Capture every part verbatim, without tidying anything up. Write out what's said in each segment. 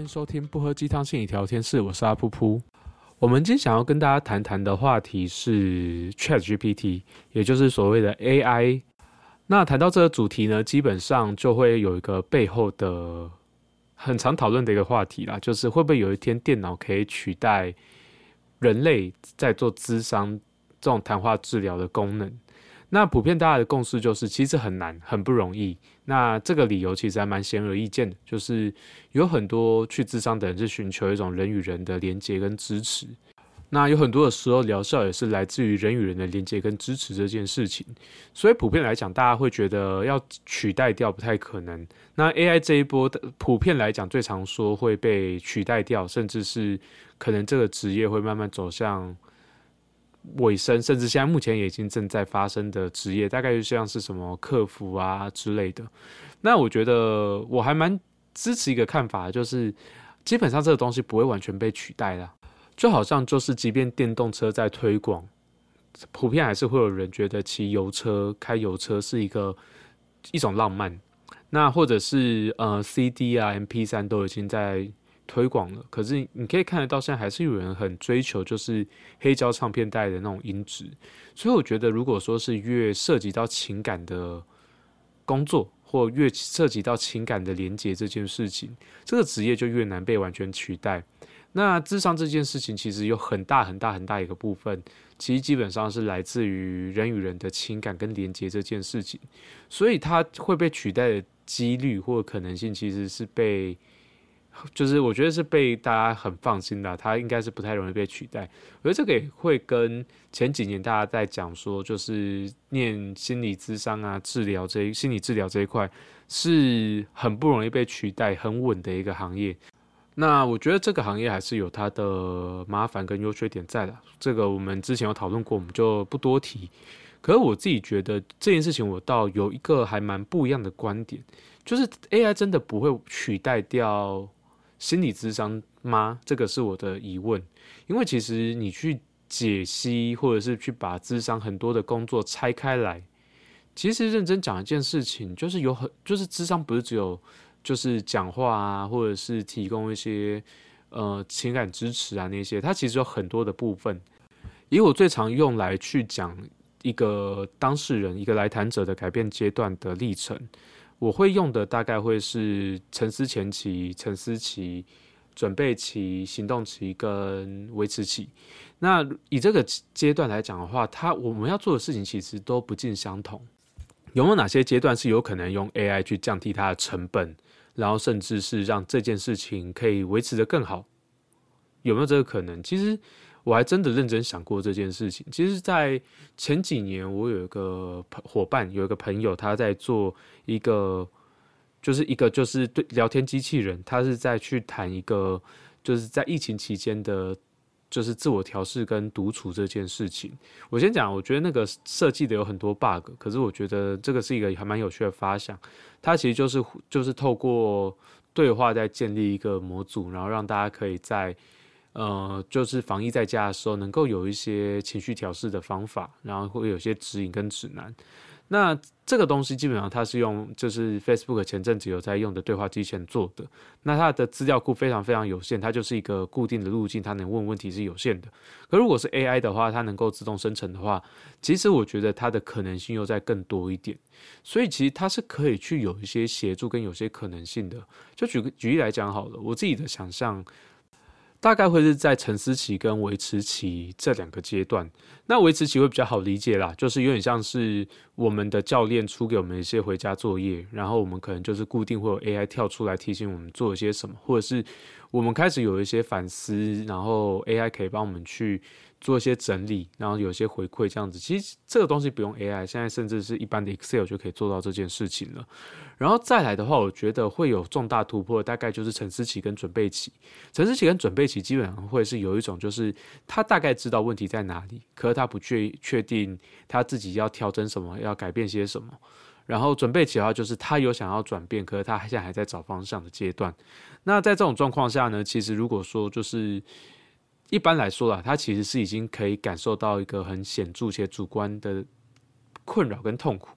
收听不喝鸡汤心理聊天室，我是阿噗噗。我们今天想要跟大家谈谈的话题是 ChatGPT， 也就是所谓的 A I。那谈到这个主题呢，基本上就会有一个背后的很常讨论的一个话题啦，就是会不会有一天电脑可以取代人类在做諮商这种谈话治疗的功能？那普遍大家的共识就是，其实很难，很不容易。那这个理由其实还蛮显而易见的，就是有很多去諮商的人是寻求一种人与人的连结跟支持。那有很多的时候，疗效也是来自于人与人的连结跟支持这件事情。所以普遍来讲，大家会觉得要取代掉不太可能。那 A I 这一波，普遍来讲最常说会被取代掉，甚至是可能这个职业会慢慢走向尾声，甚至现在目前也已经正在发生的职业，大概就像是什么客服啊之类的。那我觉得我还蛮支持一个看法，就是基本上这个东西不会完全被取代啦。就好像就是即便电动车在推广，普遍还是会有人觉得骑油车开油车是一个一种浪漫。那或者是呃 C D 啊 M P 三 都已经在推广了，可是你可以看得到现在还是有人很追求就是黑胶唱片带的那种音质。所以我觉得如果说是越涉及到情感的工作，或越涉及到情感的连结这件事情，这个职业就越难被完全取代。那諮商这件事情其实有很大很大很大一个部分，其实基本上是来自于人与人的情感跟连结这件事情，所以它会被取代的几率或可能性其实是被，就是我觉得是被大家很放心的，它应该是不太容易被取代。我觉得这个也会跟前几年大家在讲说，就是念心理諮商啊、治疗这一心理治疗这一块是很不容易被取代、很稳的一个行业。那我觉得这个行业还是有它的麻烦跟优缺点在的，这个我们之前有讨论过，我们就不多提。可是我自己觉得这件事情，我倒有一个还蛮不一样的观点，就是 A I 真的不会取代掉心理諮商吗？这个是我的疑问。因为其实你去解析或者是去把諮商很多的工作拆开来，其实认真讲一件事情，就是有很就是諮商不是只有就是讲话啊，或者是提供一些呃情感支持啊那些，它其实有很多的部分。以我最常用来去讲一个当事人、一个来谈者的改变阶段的历程，我会用的大概会是沉思前期、沉思期、准备期、行动期跟维持期。那以这个阶段来讲的话，它我们要做的事情其实都不尽相同。有没有哪些阶段是有可能用 A I 去降低它的成本，然后甚至是让这件事情可以维持得更好？有没有这个可能？其实我还真的认真想过这件事情。其实在前几年，我有一个伙伴，有一个朋友，他在做一个就是一个就是对聊天机器人，他是在去谈一个就是在疫情期间的就是自我调试跟独处这件事情。我先讲，我觉得那个设计的有很多 bug， 可是我觉得这个是一个还蛮有趣的发想。它其实就是就是透过对话在建立一个模组，然后让大家可以在呃就是防疫在家的时候能够有一些情绪调试的方法，然后会有一些指引跟指南。那这个东西基本上它是用就是 Facebook 前阵子有在用的对话机器人做的，那它的资料库非常非常有限，它就是一个固定的路径，它能问问题是有限的。可如果是 A I 的话，它能够自动生成的话，其实我觉得它的可能性又再更多一点，所以其实它是可以去有一些协助跟有些可能性的。就举个举例来讲好了，我自己的想象大概会是在沉思期跟维持期这两个阶段。那维持期会比较好理解啦，就是有点像是我们的教练出给我们一些回家作业，然后我们可能就是固定会有 A I 跳出来提醒我们做一些什么，或者是我们开始有一些反思，然后 A I 可以帮我们去做一些整理，然后有一些回馈这样子。其实这个东西不用 A I， 现在甚至是一般的 Excel 就可以做到这件事情了。然后再来的话，我觉得会有重大突破，大概就是沉思期跟准备期。沉思期跟准备期基本上会是有一种，就是他大概知道问题在哪里，可是他不确确定他自己要调整什么，要改变些什么。然后准备期的话，就是他有想要转变，可是他现在还在找方向的阶段。那在这种状况下呢，其实如果说就是一般来说啦，他其实是已经可以感受到一个很显著且主观的困扰跟痛苦。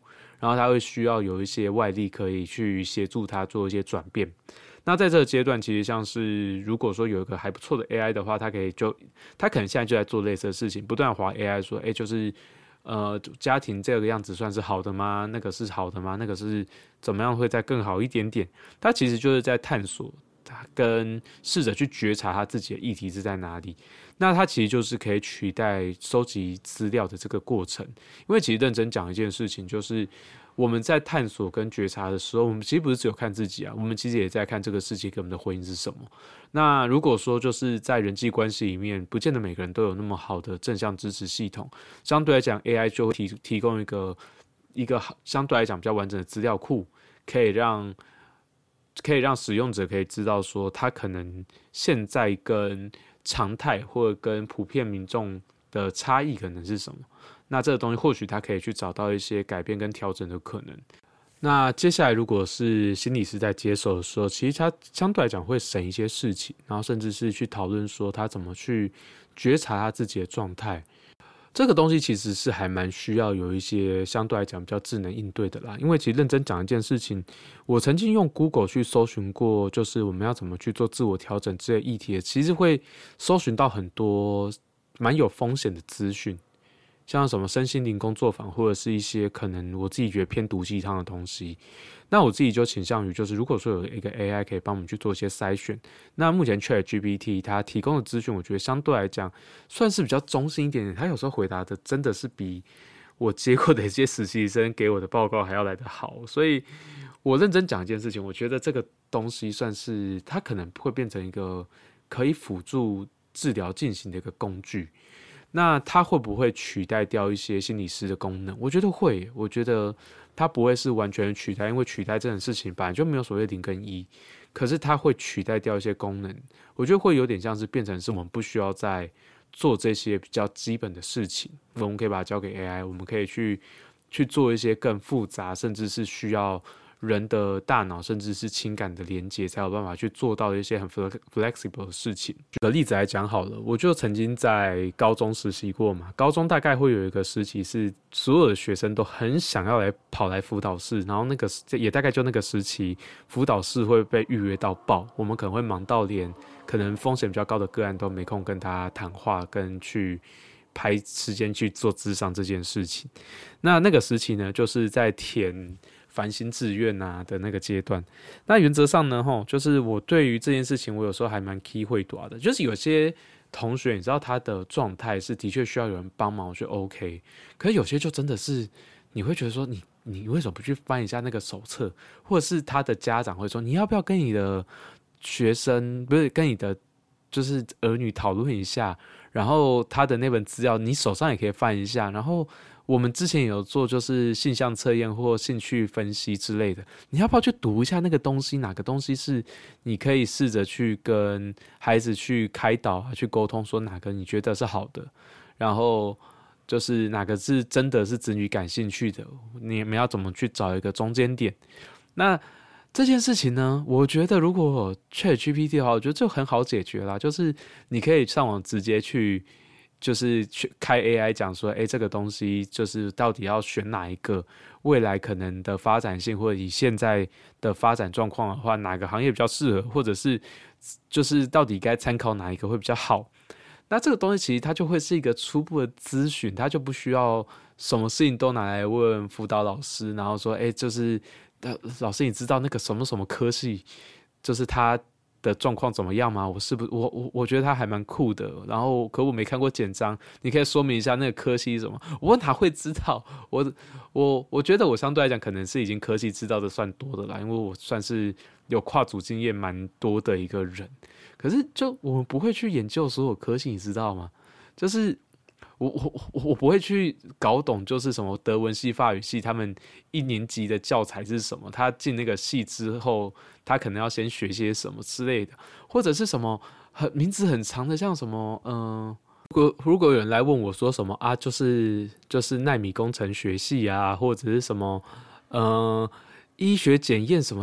然后他会需要有一些外力可以去协助他做一些转变。那在这个阶段，其实像是如果说有一个还不错的 A I 的话，他可以就他可能现在就在做类似的事情，不断滑 A I 说，哎，就是呃家庭这个样子算是好的吗？那个是好的吗？那个是怎么样会再更好一点点？他其实就是在探索，他跟试着去觉察他自己的议题是在哪里。那它其实就是可以取代收集资料的这个过程，因为其实认真讲一件事情，就是我们在探索跟觉察的时候，我们其实不是只有看自己啊，我们其实也在看这个世界给我们的回应是什么。那如果说就是在人际关系里面，不见得每个人都有那么好的正向支持系统，相对来讲 A I 就会 提, 提供一个一个相对来讲比较完整的资料库，可以让可以让使用者可以知道说他可能现在跟常态或者跟普遍民众的差异可能是什么。那这个东西或许他可以去找到一些改变跟调整的可能。那接下来如果是心理师在接手的时候，其实他相对来讲会省一些事情，然后甚至是去讨论说他怎么去觉察他自己的状态。这个东西其实是还蛮需要有一些相对来讲比较智能应对的啦。因为其实认真讲一件事情，我曾经用 Google 去搜寻过，就是我们要怎么去做自我调整这些议题，其实会搜寻到很多蛮有风险的资讯，像什么身心灵工作坊，或者是一些可能我自己觉得偏毒鸡汤的东西。那我自己就倾向于就是如果说有一个 A I 可以帮我们去做一些筛选，那目前 ChatGPT 它提供的资讯我觉得相对来讲算是比较中性一点点，它有时候回答的真的是比我接过的一些实习生给我的报告还要来得好。所以我认真讲一件事情，我觉得这个东西算是它可能会变成一个可以辅助治疗进行的一个工具。那它会不会取代掉一些心理师的功能？我觉得会，我觉得它不会是完全取代，因为取代这种事情本来就没有所谓零跟一，可是它会取代掉一些功能。我觉得会有点像是变成是我们不需要再做这些比较基本的事情，我们可以把它交给 A I， 我们可以去去做一些更复杂，甚至是需要人的大脑甚至是情感的连接才有办法去做到一些很 flexible 的事情。举个例子来讲好了，我就曾经在高中实习过嘛，高中大概会有一个时期是所有的学生都很想要来跑来辅导室，然后那个也大概就那个时期辅导室会被预约到爆，我们可能会忙到连可能风险比较高的个案都没空跟他谈话跟去排时间去做諮商这件事情。那那个时期呢，就是在填繁星志愿啊的那个阶段。那原则上呢，吼，就是我对于这件事情，我有时候还蛮 key 会短的。就是有些同学，你知道他的状态是的确需要有人帮忙，我觉得 OK。可是有些就真的是，你会觉得说你，你你为什么不去翻一下那个手册？或者是他的家长会说，你要不要跟你的学生，不是跟你的就是儿女讨论一下？然后他的那本资料，你手上也可以翻一下，然后。我们之前也有做就是性向测验或兴趣分析之类的，你要不要去读一下那个东西？哪个东西是你可以试着去跟孩子去开导啊，去沟通，说哪个你觉得是好的，然后就是哪个是真的是子女感兴趣的，你们要怎么去找一个中间点？那这件事情呢，我觉得如果 ChatGPT 的话，我觉得就很好解决啦，就是你可以上网直接去。就是去开 A I 讲说，哎，这个东西就是到底要选哪一个，未来可能的发展性，或者以现在的发展状况的话，哪个行业比较适合，或者是就是到底该参考哪一个会比较好。那这个东西其实它就会是一个初步的咨询，它就不需要什么事情都拿来问辅导老师，然后说，哎，就是老师你知道那个什么什么科系，就是他。的状况怎么样吗？我是不我我我觉得他还蛮酷的，然后可我没看过简章，你可以说明一下那个科系是什么？我哪会知道？我我我觉得我相对来讲可能是已经科系知道的算多的啦，因为我算是有跨组经验蛮多的一个人。可是就我们不会去研究所有科系，你知道吗？就是我我我我不会去搞懂，就是什么德文系、法语系，他们一年级的教材是什么？他进那个系之后。他可能要先学些什么之类的，或者是什么很名字很长的，像什么嗯、呃，如果如果有人来问我说什么啊，就是就是奈米工程学系啊，或者是什么呃医学检验什么系，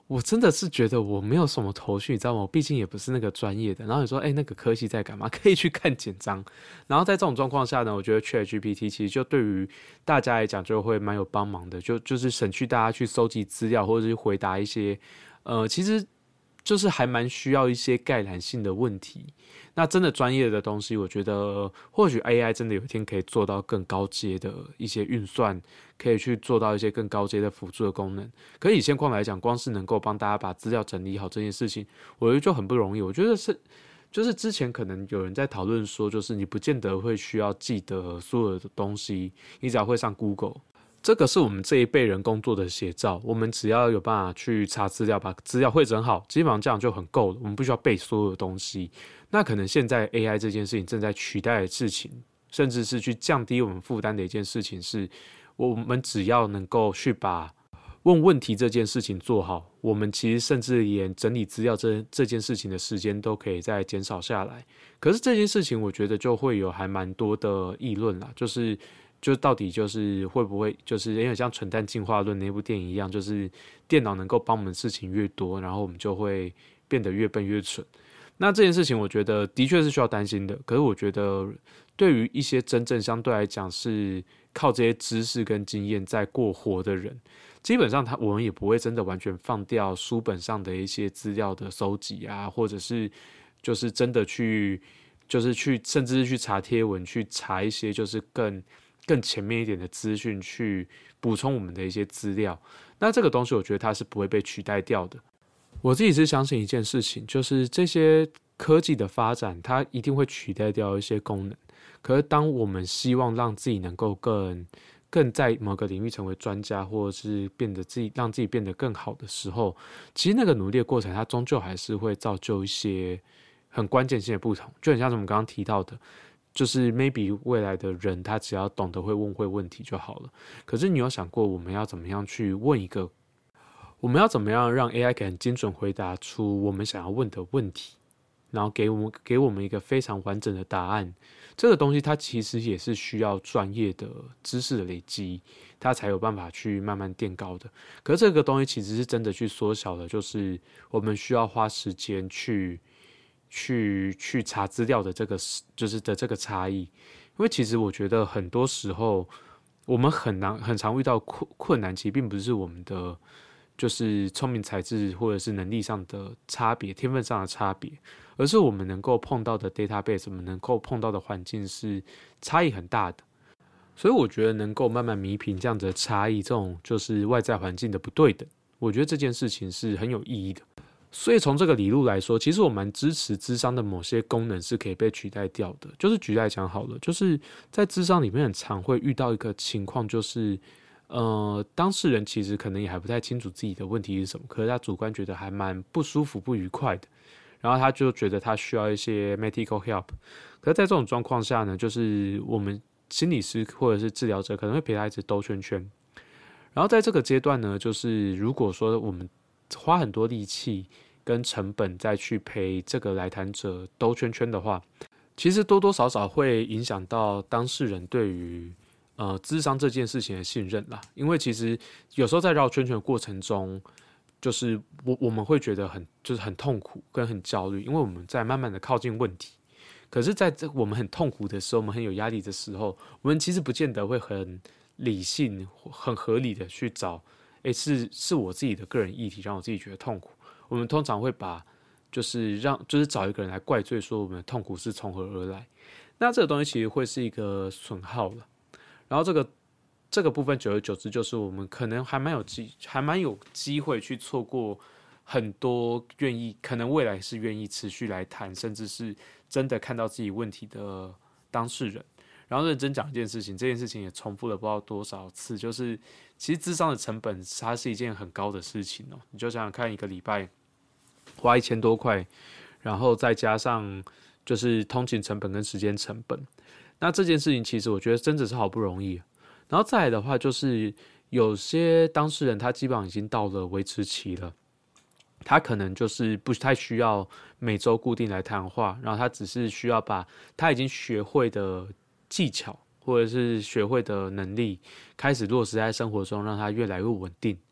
我真的是觉得我没有什么头绪，你知道吗？我毕竟也不是那个专业的。然后你说，哎、欸，那个科系在干嘛？可以去看简章。然后在这种状况下呢，我觉得 ChatGPT 其实就对于大家来讲就会蛮有帮忙的，就就是省去大家去收集资料或者是回答一些，呃，其实就是还蛮需要一些概览性的问题。那真的专业的东西，我觉得或许 A I 真的有一天可以做到更高阶的一些运算，可以去做到一些更高阶的辅助的功能。可是以现况来讲，光是能够帮大家把资料整理好这件事情，我觉得就很不容易。我觉得是，就是之前可能有人在讨论说，就是你不见得会需要记得所有的东西，你只要会上 Google。这个是我们这一辈人工作的写照，我们只要有办法去查资料，把资料汇整好，基本上这样就很够了。我们不需要背所有的东西。那可能现在 A I 这件事情正在取代的事情，甚至是去降低我们负担的一件事情是，我们只要能够去把问问题这件事情做好，我们其实甚至连整理资料这这件事情的时间都可以再减少下来。可是这件事情，我觉得就会有还蛮多的议论啦，就是。就到底就是会不会就是因为像蠢蛋进化论那部电影一样，就是电脑能够帮我们的事情越多，然后我们就会变得越笨越蠢。那这件事情我觉得的确是需要担心的，可是我觉得对于一些真正相对来讲是靠这些知识跟经验在过活的人，基本上他我们也不会真的完全放掉书本上的一些资料的收集啊，或者是就是真的去就是去甚至是去查贴文，去查一些就是更更前面一点的资讯，去补充我们的一些资料。那这个东西我觉得它是不会被取代掉的。我自己是相信一件事情，就是这些科技的发展它一定会取代掉一些功能，可是当我们希望让自己能够更更在某个领域成为专家，或者是变得自己让自己变得更好的时候，其实那个努力的过程它终究还是会造就一些很关键性的不同。就很像我们刚刚提到的，就是 maybe 未来的人他只要懂得会问会问题就好了。可是你有想过我们要怎么样去问一个，我们要怎么样让 A I 可以很精准回答出我们想要问的问题，然后给我们给我们一个非常完整的答案？这个东西它其实也是需要专业的知识的累积，它才有办法去慢慢垫高的。可是这个东西其实是真的去缩小了，就是我们需要花时间去去去查资料的这个就是的这个差异。因为其实我觉得很多时候我们很难很常遇到困困难，其实并不是我们的就是聪明才智或者是能力上的差别、天分上的差别，而是我们能够碰到的 database， 我们能够碰到的环境是差异很大的。所以我觉得能够慢慢弥平这样子的差异，这种就是外在环境的不对等，我觉得这件事情是很有意义的。所以从这个理路来说，其实我蛮支持諮商的某些功能是可以被取代掉的。就是举例来讲好了，就是在諮商里面很常会遇到一个情况，就是呃，当事人其实可能也还不太清楚自己的问题是什么，可是他主观觉得还蛮不舒服、不愉快的，然后他就觉得他需要一些 medical help。可是在这种状况下呢，就是我们心理师或者是治疗者可能会陪他一直兜圈圈。然后在这个阶段呢，就是如果说我们花很多力气跟成本再去陪这个来谈者兜圈圈的话，其实多多少少会影响到当事人对于呃諮商这件事情的信任啦。因为其实有时候在绕圈圈的过程中，就是我我们会觉得很就是很痛苦跟很焦虑，因为我们在慢慢的靠近问题。可是在这我们很痛苦的时候，我们很有压力的时候，我们其实不见得会很理性、很合理的去找，哎，是是我自己的个人议题让我自己觉得痛苦。我们通常会把就是让就是找一个人来怪罪，说我们的痛苦是从何而来。那这个东西其实会是一个损耗了。然后这个这个部分久而久之，就是我们可能还蛮有机还蛮有机会去错过很多愿意可能未来是愿意持续来谈，甚至是真的看到自己问题的当事人。然后认真讲一件事情，这件事情也重复了不知道多少次，就是其实諮商的成本它是一件很高的事情哦。你就想想看，一个礼拜花一千多块，然后再加上就是通勤成本跟时间成本，那这件事情其实我觉得真的是好不容易。然后再来的话，就是有些当事人他基本上已经到了维持期了，他可能就是不太需要每周固定来谈话，然后他只是需要把他已经学会的技巧或者是学会的能力开始落实在生活中，让他越来越稳定。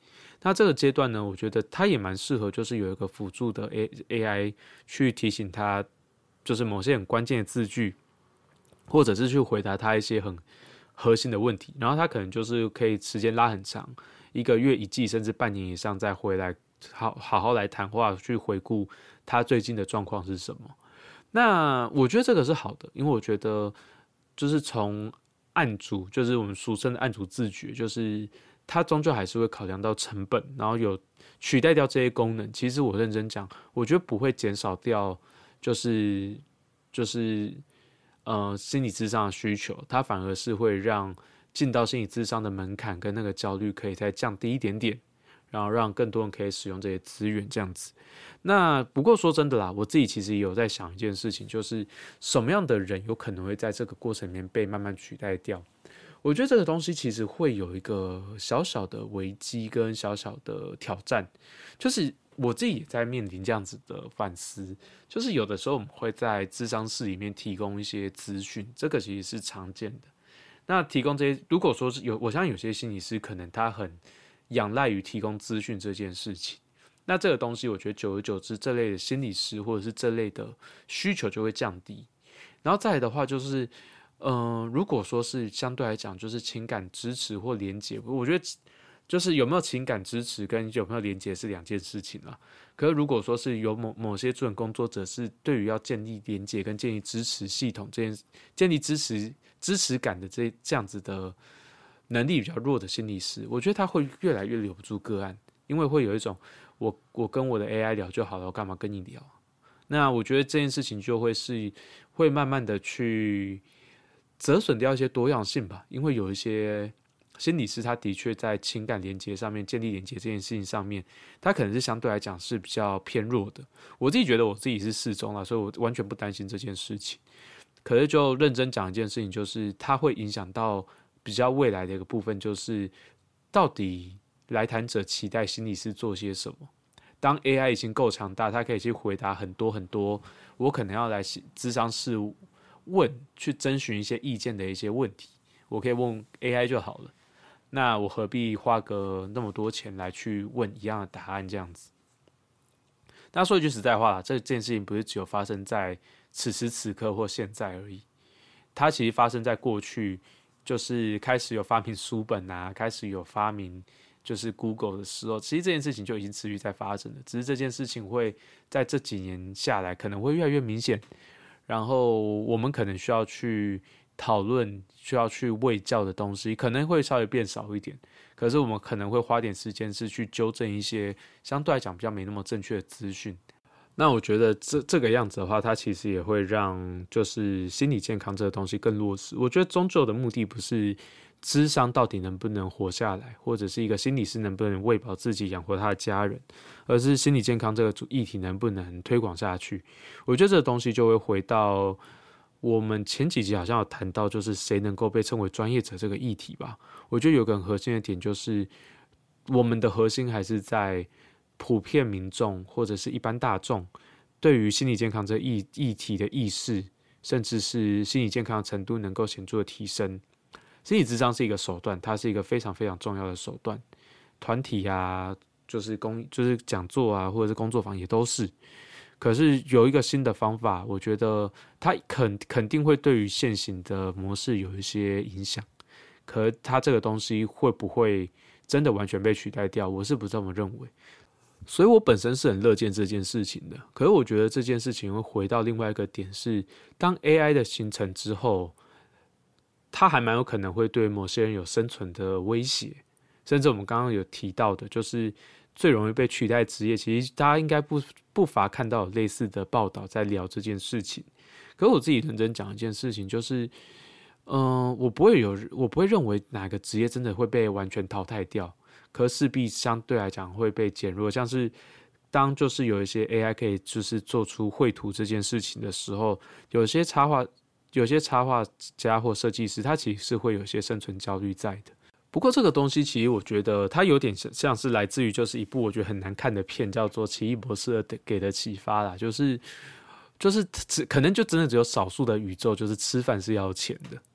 那这个阶段呢，我觉得它也蛮适合，就是有一个辅助的 A A I 去提醒他，就是某些很关键的字句，或者是去回答他一些很核心的问题，然后他可能就是可以时间拉很长，一个月、一季甚至半年以上再回来好好好来谈话，去回顾他最近的状况是什么。那我觉得这个是好的，因为我觉得就是从案主，就是我们俗称的案主自觉，就是它终究还是会考量到成本，然后有取代掉这些功能。其实我认真讲，我觉得不会减少掉，就是就是呃心理咨商的需求，它反而是会让进到心理咨商的门槛跟那个焦虑可以再降低一点点，然后让更多人可以使用这些资源这样子。那不过说真的啦，我自己其实也有在想一件事情，就是什么样的人有可能会在这个过程里面被慢慢取代掉。我觉得这个东西其实会有一个小小的危机跟小小的挑战，就是我自己也在面临这样子的反思，就是有的时候我们会在諮商室里面提供一些资讯，这个其实是常见的。那提供这些，如果说是有，我相信有些心理师可能他很仰赖于提供资讯这件事情，那这个东西我觉得久而久之，这类的心理师或者是这类的需求就会降低。然后再来的话就是。嗯、呃，如果说是相对来讲，就是情感支持或连结，我觉得就是有没有情感支持跟有没有连结是两件事情啦。可是如果说是有某某些助人工作者是对于要建立连结跟建立支持系统这件建立支持支持感的这这样子的能力比较弱的心理师，我觉得他会越来越留不住个案，因为会有一种我我跟我的 A I 聊就好了，我干嘛跟你聊？那我觉得这件事情就会是会慢慢的去。折损掉一些多样性吧，因为有一些心理师，他的确在情感连接上面、建立连接这件事情上面，他可能是相对来讲是比较偏弱的。我自己觉得我自己是适中啦，所以我完全不担心这件事情。可是就认真讲一件事情，就是它会影响到比较未来的一个部分，就是到底来谈者期待心理师做些什么。当 A I 已经够强大，它可以去回答很多很多我可能要来諮商事务。问去征询一些意见的一些问题，我可以问 A I 就好了。那我何必花个那么多钱来去问一样的答案这样子？那说一句实在话啦，这件事情不是只有发生在此时此刻或现在而已，它其实发生在过去，就是开始有发明书本啊，开始有发明就是 Google 的时候，其实这件事情就已经持续在发生了。只是这件事情会在这几年下来，可能会越来越明显。然后我们可能需要去讨论、需要去卫教的东西，可能会稍微变少一点。可是我们可能会花点时间是去纠正一些相对来讲比较没那么正确的资讯。那我觉得这这个样子的话，它其实也会让就是心理健康这个东西更落实。我觉得终究的目的不是諮商到底能不能活下来，或者是一个心理师能不能喂饱自己、养活他的家人，而是心理健康这个议题能不能推广下去。我觉得这个东西就会回到我们前几集好像有谈到，就是谁能够被称为专业者这个议题吧。我觉得有个很核心的点就是，我们的核心还是在普遍民众或者是一般大众对于心理健康这议议题的意识，甚至是心理健康的程度能够显著的提升。心理咨商是一个手段，它是一个非常非常重要的手段。团体啊，就是公就是讲座啊，或者是工作坊也都是。可是有一个新的方法，我觉得它肯肯定会对于现行的模式有一些影响。可是它这个东西会不会真的完全被取代掉？我是不这么认为。所以我本身是很乐见这件事情的。可是我觉得这件事情会回到另外一个点是，当 A I 的形成之后。它还蛮有可能会对某些人有生存的威胁，甚至我们刚刚有提到的，就是最容易被取代职业，其实大家应该不不乏看到有类似的报道在聊这件事情。可是我自己认真讲一件事情，就是，嗯、呃，我不会有，我不会认为哪个职业真的会被完全淘汰掉，可势必相对来讲会被减弱。像是当就是有一些 A I 可以就是做出绘图这件事情的时候，有些插画。有些插画家或设计师，他其实是会有些生存焦虑在的。不过这个东西，其实我觉得它有点像是来自于就是一部我觉得很难看的片，叫做《奇异博士》给的启发啦，就是就是可能就真的只有少数的宇宙，就是吃饭是要钱的。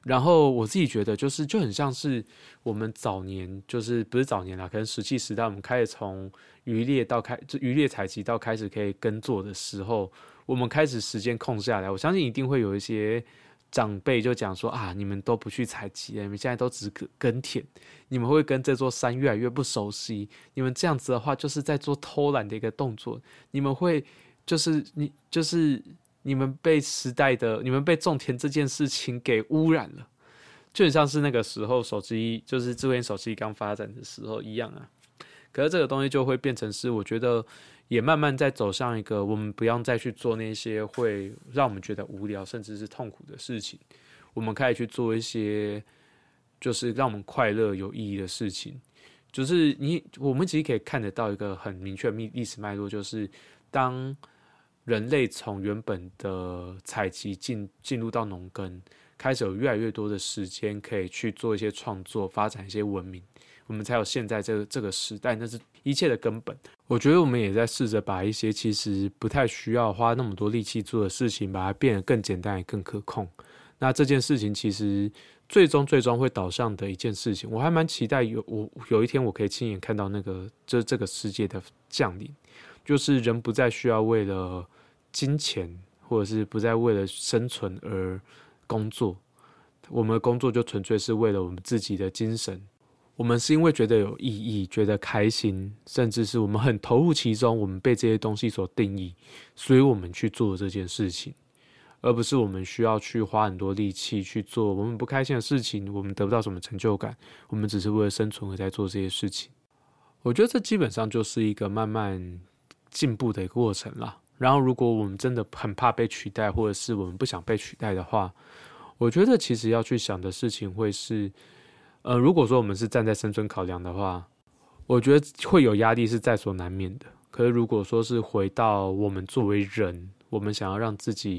然后我自己觉得，就是就很像是我们早年，就是不是早年啦，可能石器时代，我们开始从渔猎到开，就渔猎采集到开始可以耕作的时候，我们开始时间空下来，我相信一定会有一些长辈就讲说啊，你们都不去采集，你们现在都只耕田，你们会跟这座山越来越不熟悉，你们这样子的话，就是在做偷懒的一个动作，你们会就是你就是。你们被时代的，你们被种田这件事情给污染了，就很像是那个时候手机，就是智慧型手机刚发展的时候一样啊。可是这个东西就会变成是，我觉得也慢慢在走向一个，我们不用再去做那些会让我们觉得无聊甚至是痛苦的事情，我们可以去做一些就是让我们快乐有意义的事情。就是你，我们其实可以看得到一个很明确的历史脉络，就是当人类从原本的采集进进入到农耕，开始有越来越多的时间可以去做一些创作，发展一些文明，我们才有现在这个这个时代，那是一切的根本。我觉得我们也在试着把一些其实不太需要花那么多力气做的事情，把它变得更简单也更可控。那这件事情其实最终最终会导向的一件事情，我还蛮期待有我有一天我可以亲眼看到那个这这个世界的降临。就是人不再需要为了金钱，或者是不再为了生存而工作，我们的工作就纯粹是为了我们自己的精神。我们是因为觉得有意义，觉得开心，甚至是我们很投入其中，我们被这些东西所定义，所以我们去做这件事情，而不是我们需要去花很多力气去做我们不开心的事情，我们得不到什么成就感，我们只是为了生存而在做这些事情。我觉得这基本上就是一个慢慢进步的一个过程啦。然后如果我们真的很怕被取代，或者是我们不想被取代的话，我觉得其实要去想的事情会是呃，如果说我们是站在生存考量的话，我觉得会有压力是在所难免的。可是如果说是回到我们作为人，我们想要让自己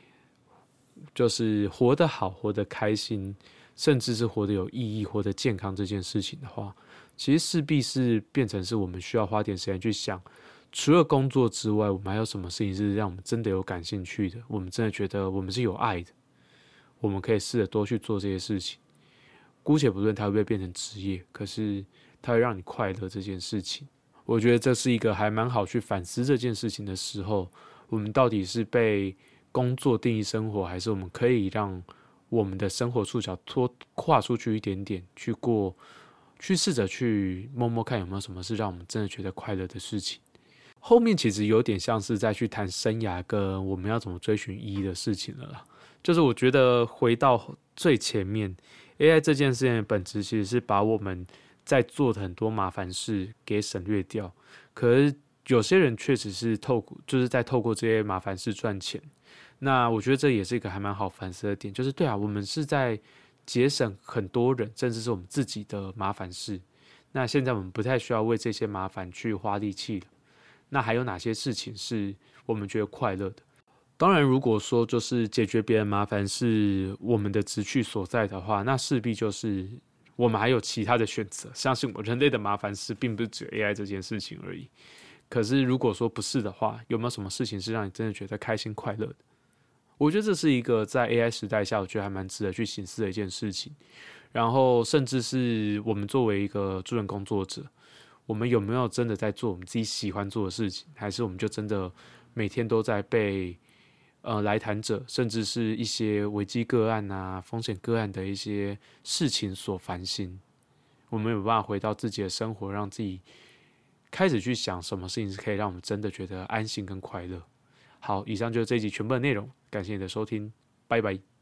就是活得好，活得开心，甚至是活得有意义，活得健康这件事情的话，其实势必是变成是我们需要花点时间去想，除了工作之外，我们还有什么事情是让我们真的有感兴趣的，我们真的觉得我们是有爱的，我们可以试着多去做这些事情。姑且不论它会不会变成职业，可是它会让你快乐这件事情，我觉得这是一个还蛮好去反思这件事情的时候，我们到底是被工作定义生活，还是我们可以让我们的生活触角拖跨出去一点点，去过去试着去摸摸看有没有什么是让我们真的觉得快乐的事情。后面其实有点像是在去谈生涯跟我们要怎么追寻意义的事情了啦。就是我觉得回到最前面 A I 这件事情的本质其实是把我们在做的很多麻烦事给省略掉，可是有些人确实是透过就是在透过这些麻烦事赚钱。那我觉得这也是一个还蛮好反思的点，就是对啊，我们是在节省很多人甚至是我们自己的麻烦事，那现在我们不太需要为这些麻烦去花力气了。那还有哪些事情是我们觉得快乐的？当然如果说就是解决别人麻烦是我们的志趣所在的话，那势必就是我们还有其他的选择。相信我，人类的麻烦事并不是只有 A I 这件事情而已。可是如果说不是的话，有没有什么事情是让你真的觉得开心快乐的？我觉得这是一个在 A I 时代下，我觉得还蛮值得去省思的一件事情。然后甚至是我们作为一个助人工作者，我们有没有真的在做我们自己喜欢做的事情，还是我们就真的每天都在被呃来谈者甚至是一些危机个案啊、风险个案的一些事情所烦心？我们有办法回到自己的生活，让自己开始去想什么事情是可以让我们真的觉得安心跟快乐。好，以上就是这一集全部的内容，感谢你的收听，拜拜。